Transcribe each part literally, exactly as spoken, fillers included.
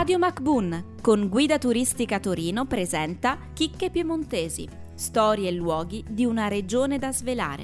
Radio MacBoon con Guida Turistica Torino presenta Chicche Piemontesi, storie e luoghi di una regione da svelare.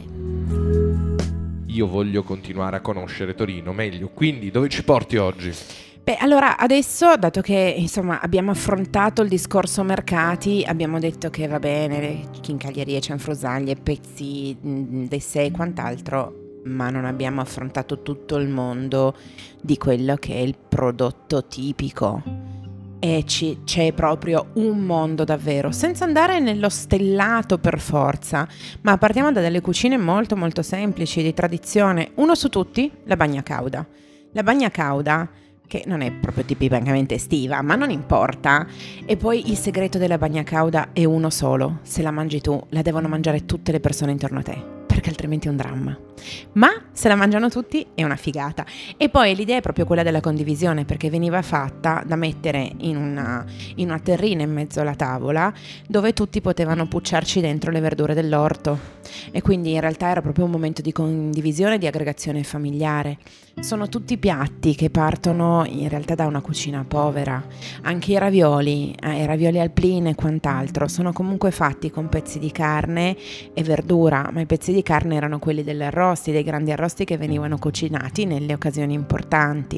Io voglio continuare a conoscere Torino meglio, quindi dove ci porti oggi? Beh, allora adesso, dato che insomma abbiamo affrontato il discorso mercati, abbiamo detto che va bene, chincaglierie, cianfrusaglie, pezzi, dessè e quant'altro, ma non abbiamo affrontato tutto il mondo di quello che è il prodotto tipico. E ci, c'è proprio un mondo davvero, senza andare nello stellato per forza, ma partiamo da delle cucine molto molto semplici, di tradizione. Uno su tutti, la bagna cauda. La bagna cauda, che non è proprio tipicamente estiva, ma non importa. E poi il segreto della bagna cauda è uno solo: se la mangi tu, la devono mangiare tutte le persone intorno a te, perché altrimenti è un dramma. Ma se la mangiano tutti è una figata. E poi l'idea è proprio quella della condivisione, perché veniva fatta da mettere in una, in una terrina in mezzo alla tavola, dove tutti potevano pucciarci dentro le verdure dell'orto, e quindi in realtà era proprio un momento di condivisione e di aggregazione familiare. Sono tutti piatti che partono in realtà da una cucina povera. Anche i ravioli, eh, i ravioli alpline e quant'altro sono comunque fatti con pezzi di carne e verdura, ma i pezzi di carne erano quelli degli arrosti, dei grandi arrosti che venivano cucinati nelle occasioni importanti.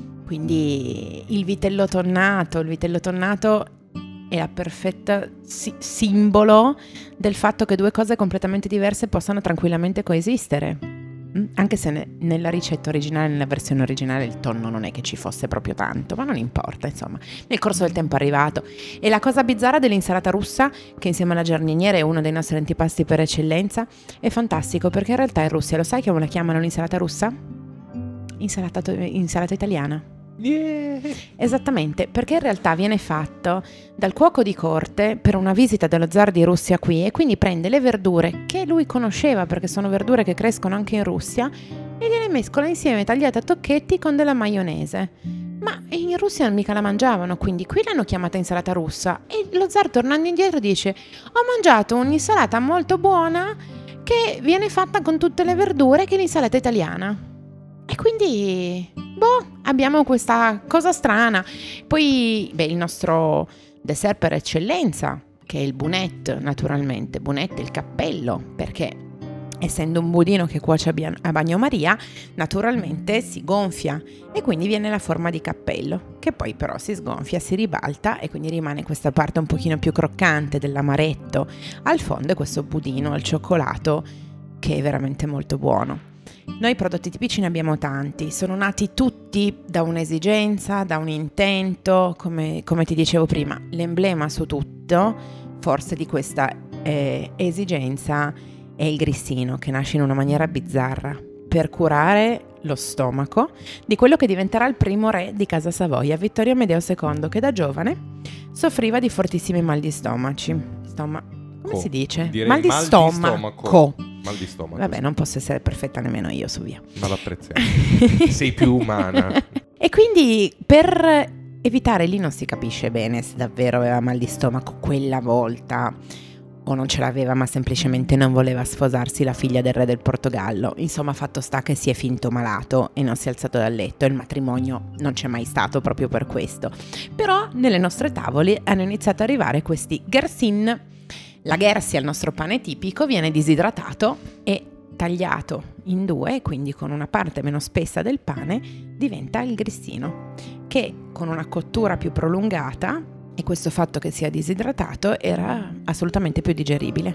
Quindi il vitello tonnato, il vitello tonnato è la perfetta si- simbolo del fatto che due cose completamente diverse possano tranquillamente coesistere. Anche se ne- nella ricetta originale, nella versione originale, il tonno non è che ci fosse proprio tanto, ma non importa, insomma, nel corso del tempo è arrivato. E la cosa bizzarra dell'insalata russa, che insieme alla giardiniera è uno dei nostri antipasti per eccellenza, è fantastico, perché in realtà in Russia, lo sai come la chiamano l'insalata russa? Insalata, to- insalata italiana. Yeah. Esattamente, perché in realtà viene fatto dal cuoco di corte per una visita dello zar di Russia qui, e quindi prende le verdure che lui conosceva, perché sono verdure che crescono anche in Russia, e gliele mescola insieme tagliate a tocchetti con della maionese. Ma in Russia mica la mangiavano, quindi qui l'hanno chiamata insalata russa, e lo zar, tornando indietro, dice: ho mangiato un'insalata molto buona che viene fatta con tutte le verdure, che è l'insalata italiana. E quindi, boh, abbiamo questa cosa strana. Poi, beh, il nostro dessert per eccellenza, che è il bunette, naturalmente. Bunette è il cappello, perché essendo un budino che cuoce a, bia- a bagnomaria, naturalmente si gonfia e quindi viene la forma di cappello, che poi però si sgonfia, si ribalta, e quindi rimane questa parte un pochino più croccante dell'amaretto al fondo, e questo budino al cioccolato che è veramente molto buono. Noi prodotti tipici ne abbiamo tanti, sono nati tutti da un'esigenza, da un intento, come, come ti dicevo prima. L'emblema su tutto, forse, di questa eh, esigenza è il grissino, che nasce in una maniera bizzarra, per curare lo stomaco di quello che diventerà il primo re di Casa Savoia, Vittorio Amedeo secondo, che da giovane soffriva di fortissimi mal di stomaci. Stoma- come Co. si dice? Direi Mal di mal di stomaco. stomaco. Mal di stomaco. Vabbè, non posso essere perfetta nemmeno io, su via. Ma l'apprezziamo. Sei più umana. E quindi, per evitare, lì non si capisce bene se davvero aveva mal di stomaco quella volta o non ce l'aveva, ma semplicemente non voleva sposarsi la figlia del re del Portogallo. Insomma, fatto sta che si è finto malato e non si è alzato dal letto, e il matrimonio non c'è mai stato proprio per questo. Però nelle nostre tavole hanno iniziato ad arrivare questi gersin. La gersi, il nostro pane tipico, viene disidratato e tagliato in due, quindi con una parte meno spessa del pane diventa il grissino, che con una cottura più prolungata e questo fatto che sia disidratato era assolutamente più digeribile.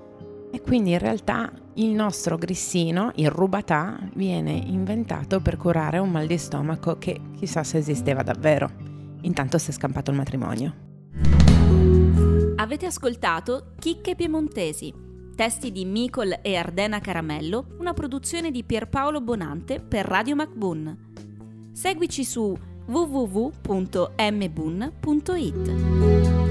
E quindi in realtà il nostro grissino, il rubatà, viene inventato per curare un mal di stomaco che chissà se esisteva davvero. Intanto si è scampato il matrimonio. Avete ascoltato Chicche Piemontesi, testi di Micol e Ardena Caramello, una produzione di Pierpaolo Bonante per Radio MacBoon. Seguici su w w w punto m boon punto i t.